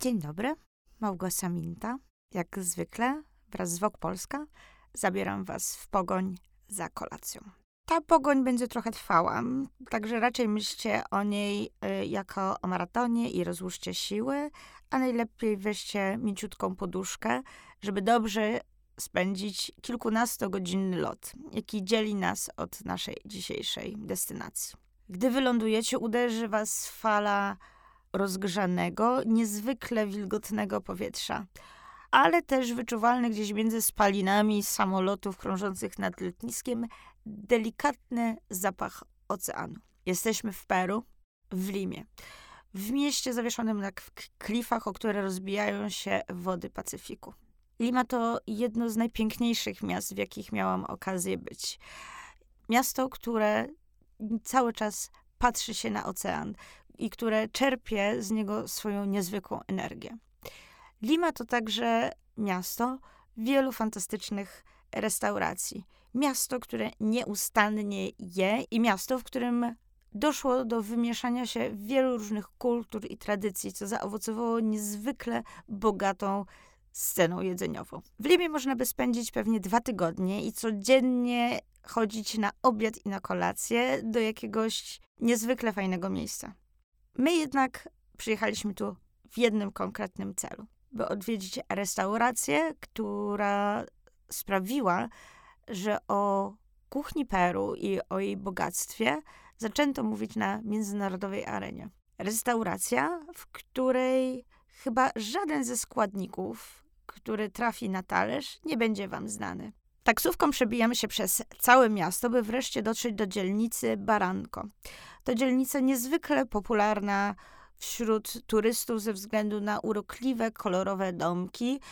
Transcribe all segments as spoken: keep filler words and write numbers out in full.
Dzień dobry, Małgosia Minta. Jak zwykle wraz z Vogue Polska zabieram was w pogoń za kolacją. Ta pogoń będzie trochę trwała, także raczej myślcie o niej y, jako o maratonie i rozłóżcie siły, a najlepiej weźcie mięciutką poduszkę, żeby dobrze spędzić kilkunastogodzinny lot, jaki dzieli nas od naszej dzisiejszej destynacji. Gdy wylądujecie, uderzy was fala rozgrzanego, niezwykle wilgotnego powietrza, ale też wyczuwalny gdzieś między spalinami samolotów krążących nad lotniskiem delikatny zapach oceanu. Jesteśmy w Peru, w Limie, w mieście zawieszonym na klifach, o które rozbijają się wody Pacyfiku. Lima to jedno z najpiękniejszych miast, w jakich miałam okazję być. Miasto, które cały czas patrzy się na ocean i które czerpie z niego swoją niezwykłą energię. Lima to także miasto wielu fantastycznych restauracji. Miasto, które nieustannie je i miasto, w którym doszło do wymieszania się wielu różnych kultur i tradycji, co zaowocowało niezwykle bogatą sceną jedzeniową. W Limie można by spędzić pewnie dwa tygodnie i codziennie chodzić na obiad i na kolację do jakiegoś niezwykle fajnego miejsca. My jednak przyjechaliśmy tu w jednym konkretnym celu, by odwiedzić restaurację, która sprawiła, że o kuchni Peru i o jej bogactwie zaczęto mówić na międzynarodowej arenie. Restauracja, w której chyba żaden ze składników, który trafi na talerz, nie będzie wam znany. Taksówką przebijamy się przez całe miasto, by wreszcie dotrzeć do dzielnicy Barranco. To dzielnica niezwykle popularna wśród turystów ze względu na urokliwe, kolorowe domki,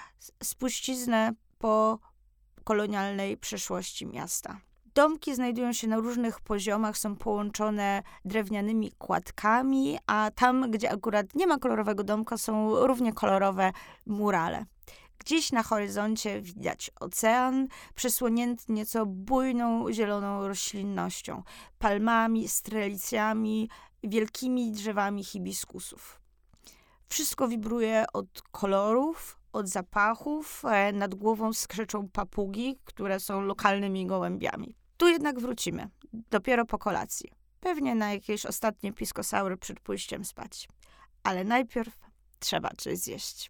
spuściznę po kolonialnej przeszłości miasta. Domki znajdują się na różnych poziomach, są połączone drewnianymi kładkami, a tam, gdzie akurat nie ma kolorowego domka, są równie kolorowe murale. Gdzieś na horyzoncie widać ocean, przesłonięty nieco bujną, zieloną roślinnością, palmami, strelicjami, wielkimi drzewami hibiskusów. Wszystko wibruje od kolorów, od zapachów, nad głową skrzeczą papugi, które są lokalnymi gołębiami. Tu jednak wrócimy, dopiero po kolacji. Pewnie na jakieś ostatnie pisco-saury przed pójściem spać. Ale najpierw trzeba coś zjeść.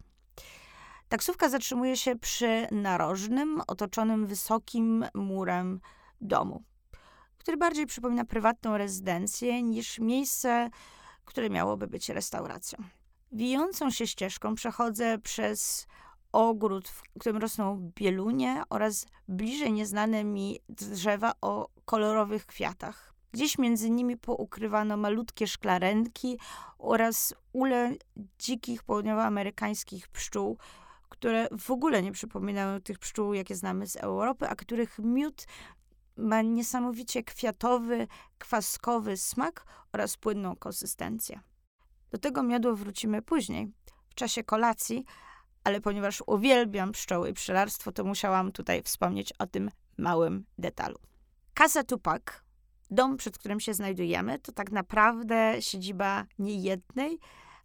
Taksówka zatrzymuje się przy narożnym, otoczonym wysokim murem domu, który bardziej przypomina prywatną rezydencję niż miejsce, które miałoby być restauracją. Wijącą się ścieżką przechodzę przez ogród, w którym rosną bielunie oraz bliżej nieznane mi drzewa o kolorowych kwiatach. Gdzieś między nimi poukrywano malutkie szklarenki oraz ule dzikich południowoamerykańskich pszczół, które w ogóle nie przypominają tych pszczół, jakie znamy z Europy, a których miód ma niesamowicie kwiatowy, kwaskowy smak oraz płynną konsystencję. Do tego miodu wrócimy później, w czasie kolacji, ale ponieważ uwielbiam pszczoły i pszczelarstwo, to musiałam tutaj wspomnieć o tym małym detalu. Casa Tupac, dom, przed którym się znajdujemy, to tak naprawdę siedziba nie jednej,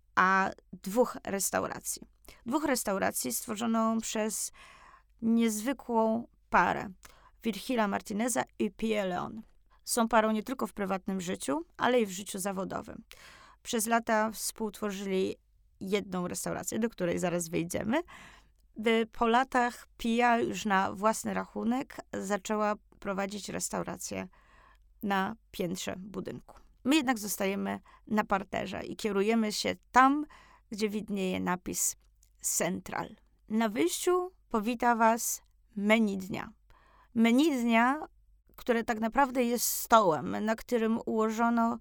a dwóch restauracji. Dwóch restauracji stworzoną przez niezwykłą parę, Virgila Martineza i Pierre Leon. Są parą nie tylko w prywatnym życiu, ale i w życiu zawodowym. Przez lata współtworzyli jedną restaurację, do której zaraz wyjdziemy, by po latach Pia już na własny rachunek zaczęła prowadzić restaurację na piętrze budynku. My jednak zostajemy na parterze i kierujemy się tam, gdzie widnieje napis Central. Na wyjściu powita was menu dnia. Menu dnia, które tak naprawdę jest stołem, na którym ułożono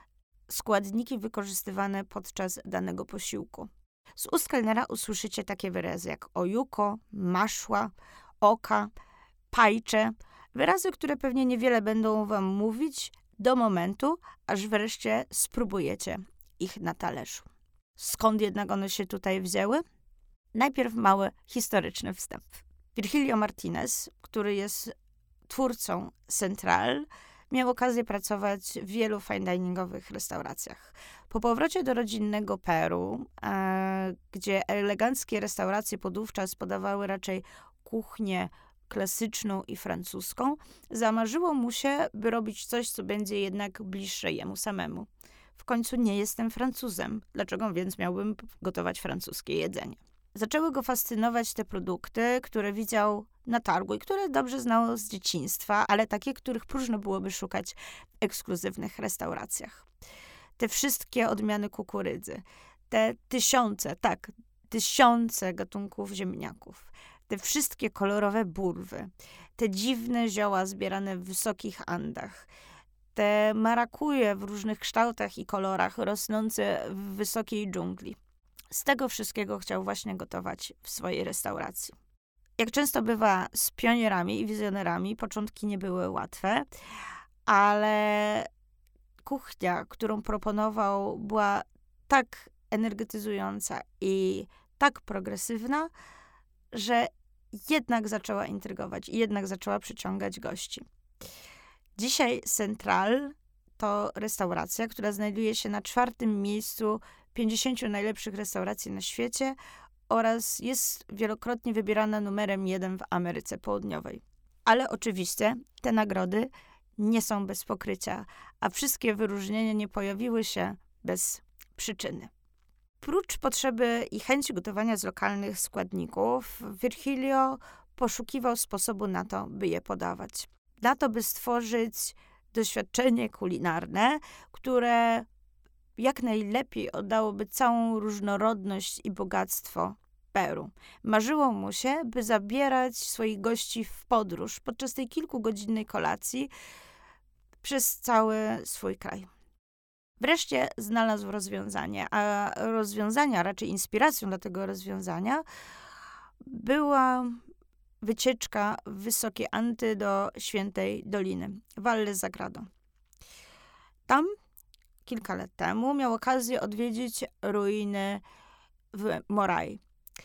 składniki wykorzystywane podczas danego posiłku. Z ust kelnera usłyszycie takie wyrazy jak ojuko, maszła, oka, pajcze. Wyrazy, które pewnie niewiele będą wam mówić do momentu, aż wreszcie spróbujecie ich na talerzu. Skąd jednak one się tutaj wzięły? Najpierw mały historyczny wstęp. Virgilio Martinez, który jest twórcą Central, miał okazję pracować w wielu fine diningowych restauracjach. Po powrocie do rodzinnego Peru, e, gdzie eleganckie restauracje podówczas podawały raczej kuchnię klasyczną i francuską, zamarzyło mu się, by robić coś, co będzie jednak bliższe jemu samemu. W końcu nie jestem Francuzem, dlaczego więc miałbym gotować francuskie jedzenie? Zaczęły go fascynować te produkty, które widział na targu i które dobrze znał z dzieciństwa, ale takie, których próżno byłoby szukać w ekskluzywnych restauracjach. Te wszystkie odmiany kukurydzy, te tysiące, tak, tysiące gatunków ziemniaków, te wszystkie kolorowe bulwy, te dziwne zioła zbierane w wysokich Andach, te marakuje w różnych kształtach i kolorach rosnące w wysokiej dżungli. Z tego wszystkiego chciał właśnie gotować w swojej restauracji. Jak często bywa z pionierami i wizjonerami, początki nie były łatwe, ale kuchnia, którą proponował, była tak energetyzująca i tak progresywna, że jednak zaczęła intrygować i jednak zaczęła przyciągać gości. Dzisiaj Central to restauracja, która znajduje się na czwartym miejscu pięćdziesięciu najlepszych restauracji na świecie oraz jest wielokrotnie wybierana numerem jeden w Ameryce Południowej. Ale oczywiście te nagrody nie są bez pokrycia, a wszystkie wyróżnienia nie pojawiły się bez przyczyny. Prócz potrzeby i chęci gotowania z lokalnych składników, Virgilio poszukiwał sposobu na to, by je podawać. Na to, by stworzyć doświadczenie kulinarne, które jak najlepiej oddałoby całą różnorodność i bogactwo Peru. Marzyło mu się, by zabierać swoich gości w podróż podczas tej kilkugodzinnej kolacji przez cały swój kraj. Wreszcie znalazł rozwiązanie, a rozwiązania, raczej inspiracją dla tego rozwiązania była wycieczka w wysokie Anty do Świętej Doliny, Valle Sagrado. Tam kilka lat temu miał okazję odwiedzić ruiny w Morai.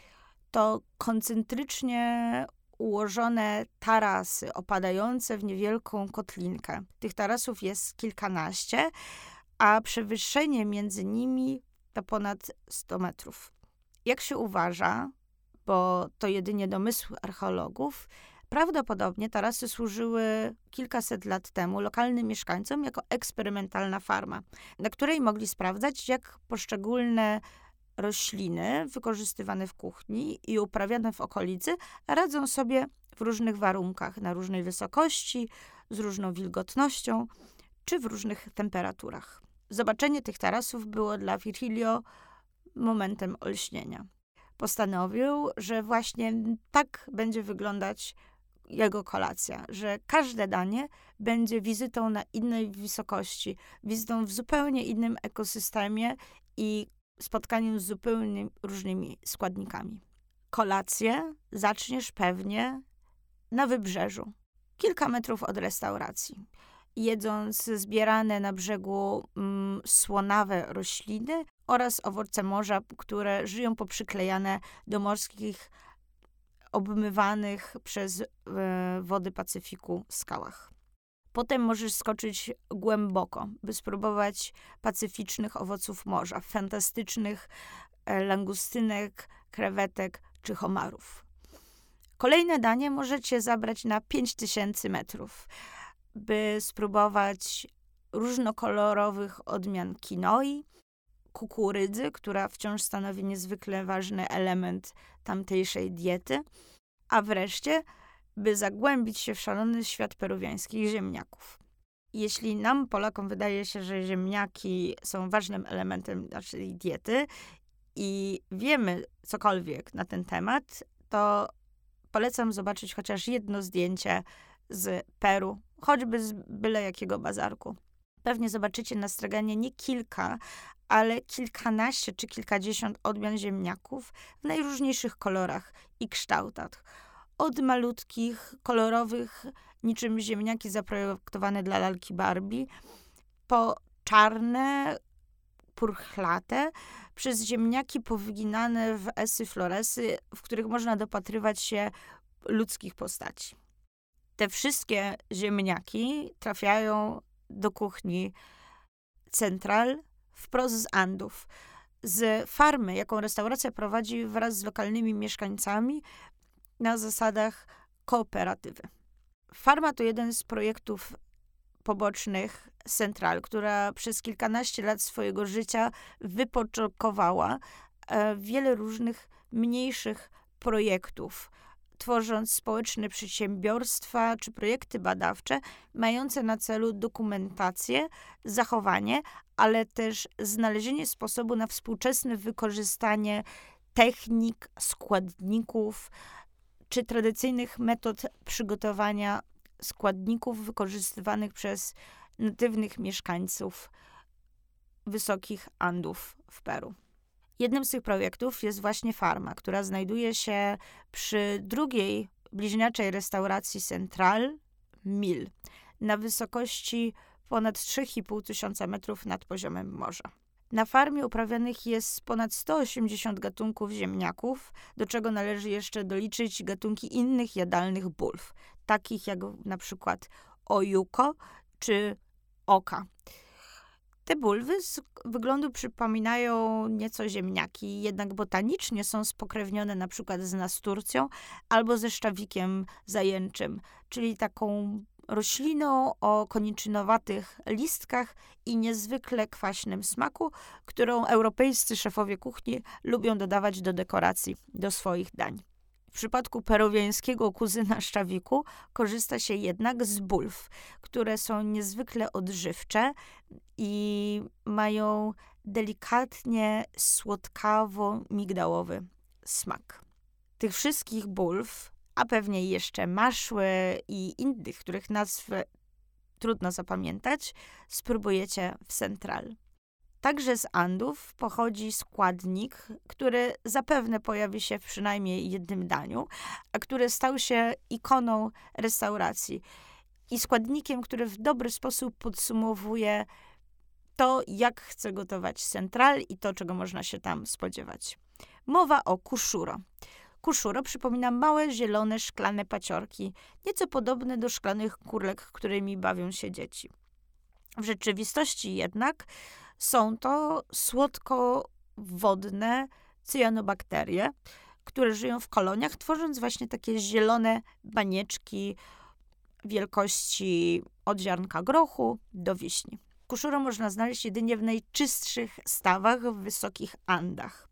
To koncentrycznie ułożone tarasy opadające w niewielką kotlinkę. Tych tarasów jest kilkanaście, a przewyższenie między nimi to ponad sto metrów. Jak się uważa, bo to jedynie domysły archeologów, prawdopodobnie tarasy służyły kilkaset lat temu lokalnym mieszkańcom jako eksperymentalna farma, na której mogli sprawdzać, jak poszczególne rośliny wykorzystywane w kuchni i uprawiane w okolicy radzą sobie w różnych warunkach, na różnej wysokości, z różną wilgotnością czy w różnych temperaturach. Zobaczenie tych tarasów było dla Virgilio momentem olśnienia. Postanowił, że właśnie tak będzie wyglądać jego kolacja, że każde danie będzie wizytą na innej wysokości, wizytą w zupełnie innym ekosystemie i spotkaniem z zupełnie różnymi składnikami. Kolację zaczniesz pewnie na wybrzeżu, kilka metrów od restauracji, jedząc zbierane na brzegu mm, słonawe rośliny oraz owoce morza, które żyją poprzyklejane do morskich, obmywanych przez e, wody Pacyfiku skałach. Potem możesz skoczyć głęboko, by spróbować pacyficznych owoców morza, fantastycznych e, langustynek, krewetek czy homarów. Kolejne danie możecie zabrać na pięć tysięcy metrów, by spróbować różnokolorowych odmian kinoi, kukurydzy, która wciąż stanowi niezwykle ważny element tamtejszej diety, a wreszcie, by zagłębić się w szalony świat peruwiańskich ziemniaków. Jeśli nam, Polakom, wydaje się, że ziemniaki są ważnym elementem naszej diety i wiemy cokolwiek na ten temat, to polecam zobaczyć chociaż jedno zdjęcie z Peru, choćby z byle jakiego bazarku. Pewnie zobaczycie na straganie nie kilka, ale kilkanaście czy kilkadziesiąt odmian ziemniaków w najróżniejszych kolorach i kształtach. Od malutkich, kolorowych, niczym ziemniaki zaprojektowane dla lalki Barbie, po czarne, purchlate, przez ziemniaki powyginane w esy floresy, w których można dopatrywać się ludzkich postaci. Te wszystkie ziemniaki trafiają do kuchni Central wprost z Andów. Z farmy, jaką restauracja prowadzi wraz z lokalnymi mieszkańcami na zasadach kooperatywy. Farma to jeden z projektów pobocznych Central, która przez kilkanaście lat swojego życia wypoczątkowała wiele różnych mniejszych projektów, tworząc społeczne przedsiębiorstwa czy projekty badawcze mające na celu dokumentację, zachowanie, ale też znalezienie sposobu na współczesne wykorzystanie technik, składników czy tradycyjnych metod przygotowania składników wykorzystywanych przez natywnych mieszkańców Wysokich Andów w Peru. Jednym z tych projektów jest właśnie farma, która znajduje się przy drugiej bliźniaczej restauracji Central, Mil, na wysokości ponad trzy i pół tysiąca metrów nad poziomem morza. Na farmie uprawianych jest ponad sto osiemdziesiąt gatunków ziemniaków, do czego należy jeszcze doliczyć gatunki innych jadalnych bulw, takich jak na przykład ojuko czy oka. Te bulwy z wyglądu przypominają nieco ziemniaki, jednak botanicznie są spokrewnione na przykład z nasturcją albo ze szczawikiem zajęczym, czyli taką rośliną o koniczynowatych listkach i niezwykle kwaśnym smaku, którą europejscy szefowie kuchni lubią dodawać do dekoracji do swoich dań. W przypadku peruwiańskiego kuzyna szczawiku korzysta się jednak z bulw, które są niezwykle odżywcze i mają delikatnie słodkawo-migdałowy smak. Tych wszystkich bulw, a pewnie jeszcze maszły i innych, których nazw trudno zapamiętać, spróbujecie w Central. Także z Andów pochodzi składnik, który zapewne pojawi się w przynajmniej jednym daniu, a który stał się ikoną restauracji i składnikiem, który w dobry sposób podsumowuje to, jak chce gotować Central i to, czego można się tam spodziewać. Mowa o kuszuro. Kuszuro przypomina małe, zielone, szklane paciorki, nieco podobne do szklanych kurek, którymi bawią się dzieci. W rzeczywistości jednak są to słodko-wodne cyjanobakterie, które żyją w koloniach, tworząc właśnie takie zielone banieczki wielkości od ziarnka grochu do wiśni. Kuszuro można znaleźć jedynie w najczystszych stawach w Wysokich Andach.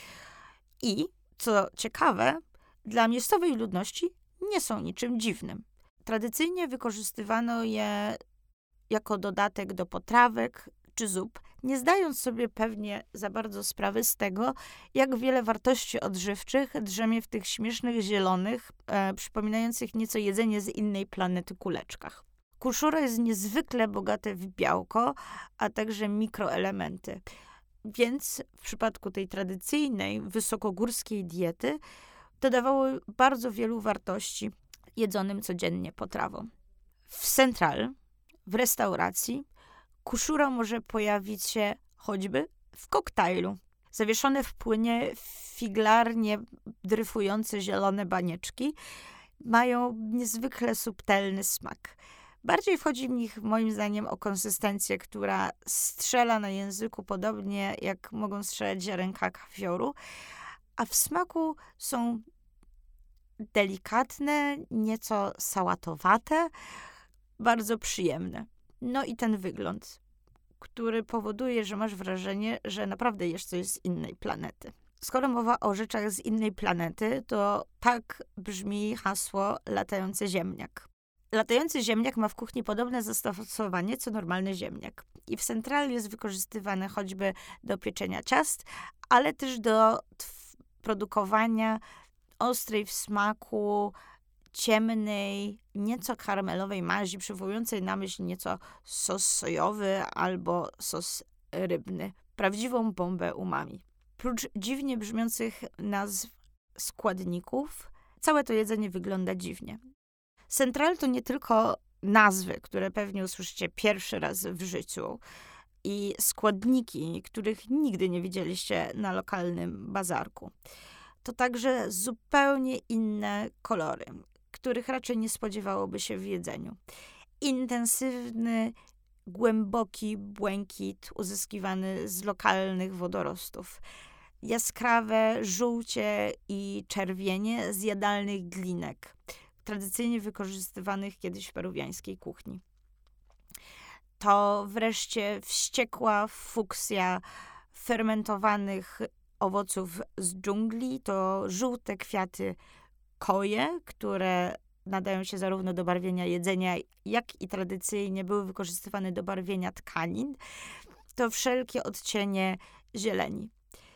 I, co ciekawe, dla miejscowej ludności nie są niczym dziwnym. Tradycyjnie wykorzystywano je jako dodatek do potrawek czy zup, nie zdając sobie pewnie za bardzo sprawy z tego, jak wiele wartości odżywczych drzemie w tych śmiesznych, zielonych, e, przypominających nieco jedzenie z innej planety kuleczkach. Kuszuro jest niezwykle bogate w białko, a także mikroelementy. Więc w przypadku tej tradycyjnej, wysokogórskiej diety dodawało bardzo wielu wartości jedzonym codziennie potrawom. W Central, w restauracji, kuszuro może pojawić się choćby w koktajlu. Zawieszone w płynie figlarnie dryfujące zielone banieczki mają niezwykle subtelny smak. Bardziej wchodzi w nich moim zdaniem o konsystencję, która strzela na języku podobnie jak mogą strzelać ziarenka kawioru, a w smaku są delikatne, nieco sałatowate, bardzo przyjemne. No i ten wygląd, który powoduje, że masz wrażenie, że naprawdę jesz coś z innej planety. Skoro mowa o rzeczach z innej planety, to tak brzmi hasło latający ziemniak. Latający ziemniak ma w kuchni podobne zastosowanie co normalny ziemniak. I w Central jest wykorzystywany choćby do pieczenia ciast, ale też do tw- produkowania ostrej w smaku, ciemnej, nieco karmelowej mazi, przywołującej na myśl nieco sos sojowy albo sos rybny. Prawdziwą bombę umami. Prócz dziwnie brzmiących nazw składników, całe to jedzenie wygląda dziwnie. Central to nie tylko nazwy, które pewnie usłyszycie pierwszy raz w życiu i składniki, których nigdy nie widzieliście na lokalnym bazarku. To także zupełnie inne kolory, których raczej nie spodziewałoby się w jedzeniu. Intensywny, głęboki błękit uzyskiwany z lokalnych wodorostów, jaskrawe żółcie i czerwienie z jadalnych glinek, tradycyjnie wykorzystywanych kiedyś w peruwiańskiej kuchni. To wreszcie wściekła fuksja fermentowanych owoców z dżungli, to żółte kwiaty koje, które nadają się zarówno do barwienia jedzenia, jak i tradycyjnie były wykorzystywane do barwienia tkanin. To wszelkie odcienie zieleni.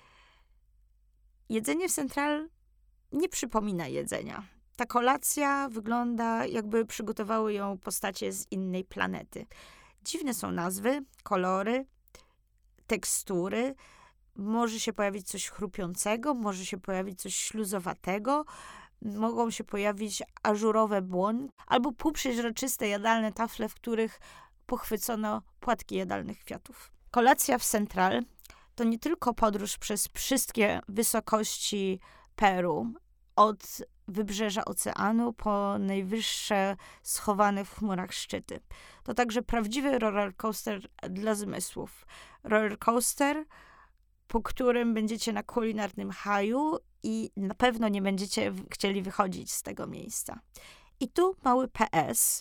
Jedzenie w Central nie przypomina jedzenia. Ta kolacja wygląda, jakby przygotowały ją postacie z innej planety. Dziwne są nazwy, kolory, tekstury. Może się pojawić coś chrupiącego, może się pojawić coś śluzowatego, mogą się pojawić ażurowe błony albo półprzeźroczyste jadalne tafle, w których pochwycono płatki jadalnych kwiatów. Kolacja w Central to nie tylko podróż przez wszystkie wysokości Peru, od wybrzeża oceanu po najwyższe schowane w chmurach szczyty. To także prawdziwy rollercoaster dla zmysłów. Rollercoaster, po którym będziecie na kulinarnym haju i na pewno nie będziecie chcieli wychodzić z tego miejsca. I tu mały P S,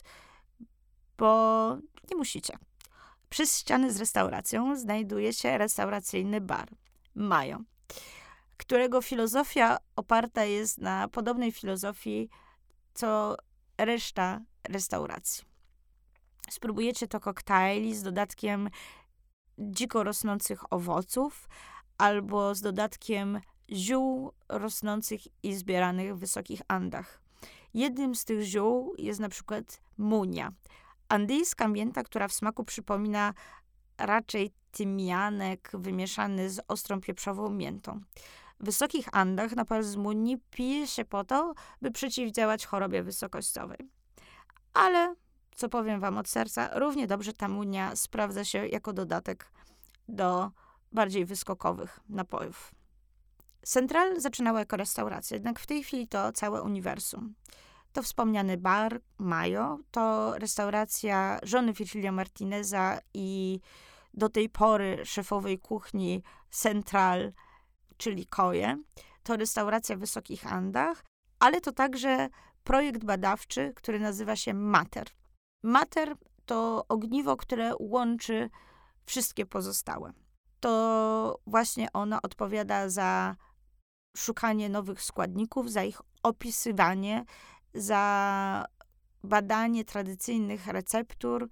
bo nie musicie. Przez ściany z restauracją znajduje się restauracyjny bar Mayo, którego filozofia oparta jest na podobnej filozofii co reszta restauracji. Spróbujecie to koktajli z dodatkiem dziko rosnących owoców albo z dodatkiem ziół rosnących i zbieranych w wysokich Andach. Jednym z tych ziół jest na przykład munia, andyjska mięta, która w smaku przypomina raczej tymianek wymieszany z ostrą pieprzową miętą. W wysokich Andach napar z munii pije się po to, by przeciwdziałać chorobie wysokościowej. Ale, co powiem wam od serca, równie dobrze ta munia sprawdza się jako dodatek do bardziej wyskokowych napojów. Central zaczynała jako restauracja, jednak w tej chwili to całe uniwersum. To wspomniany bar Mayo, to restauracja żony Virgilio Martineza i do tej pory szefowej kuchni Central, czyli Koje. To restauracja w Wysokich Andach, ale to także projekt badawczy, który nazywa się Mater. Mater to ogniwo, które łączy wszystkie pozostałe. To właśnie ona odpowiada za szukanie nowych składników, za ich opisywanie, za badanie tradycyjnych receptur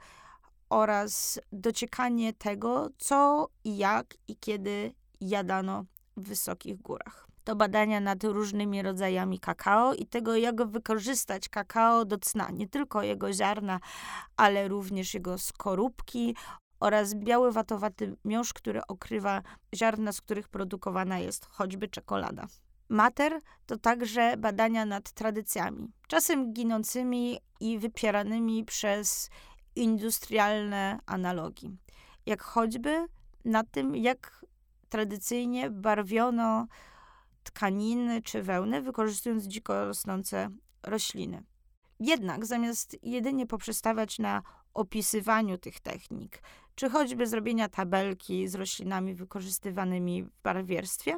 oraz dociekanie tego, co i jak i kiedy jadano w wysokich górach. To badania nad różnymi rodzajami kakao i tego, jak wykorzystać kakao do cna. Nie tylko jego ziarna, ale również jego skorupki oraz biały watowaty miąższ, który okrywa ziarna, z których produkowana jest choćby czekolada. Mater to także badania nad tradycjami, czasem ginącymi i wypieranymi przez industrialne analogi. Jak choćby nad tym, jak tradycyjnie barwiono tkaniny czy wełnę, wykorzystując dziko rosnące rośliny. Jednak zamiast jedynie poprzestawać na opisywaniu tych technik, czy choćby zrobienia tabelki z roślinami wykorzystywanymi w barwierstwie,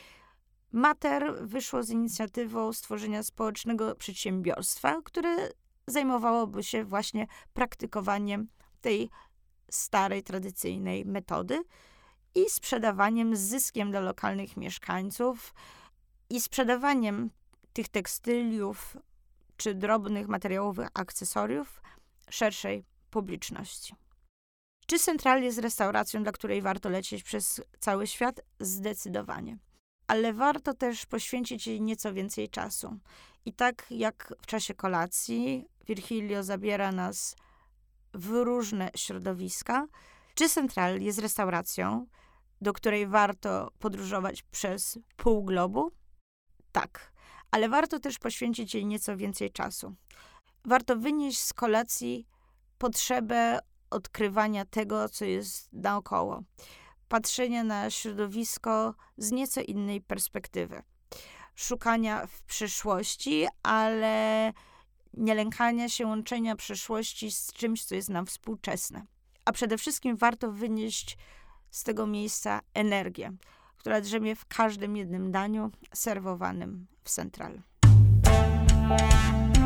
Mater wyszło z inicjatywą stworzenia społecznego przedsiębiorstwa, które zajmowałoby się właśnie praktykowaniem tej starej, tradycyjnej metody i sprzedawaniem z zyskiem dla lokalnych mieszkańców i sprzedawaniem tych tekstyliów czy drobnych materiałowych akcesoriów szerszej publiczności. Czy Central jest restauracją, dla której warto lecieć przez cały świat? Zdecydowanie. Ale warto też poświęcić jej nieco więcej czasu. I tak jak w czasie kolacji Virgilio zabiera nas w różne środowiska, czy Central jest restauracją, do której warto podróżować przez pół globu? Tak, ale warto też poświęcić jej nieco więcej czasu. Warto wynieść z kolacji potrzebę odkrywania tego, co jest naokoło. Patrzenia na środowisko z nieco innej perspektywy. Szukania w przyszłości, ale nie lękania się łączenia przeszłości z czymś, co jest nam współczesne. a przede wszystkim warto wynieść z tego miejsca energię, która drzemie w każdym jednym daniu serwowanym w Central.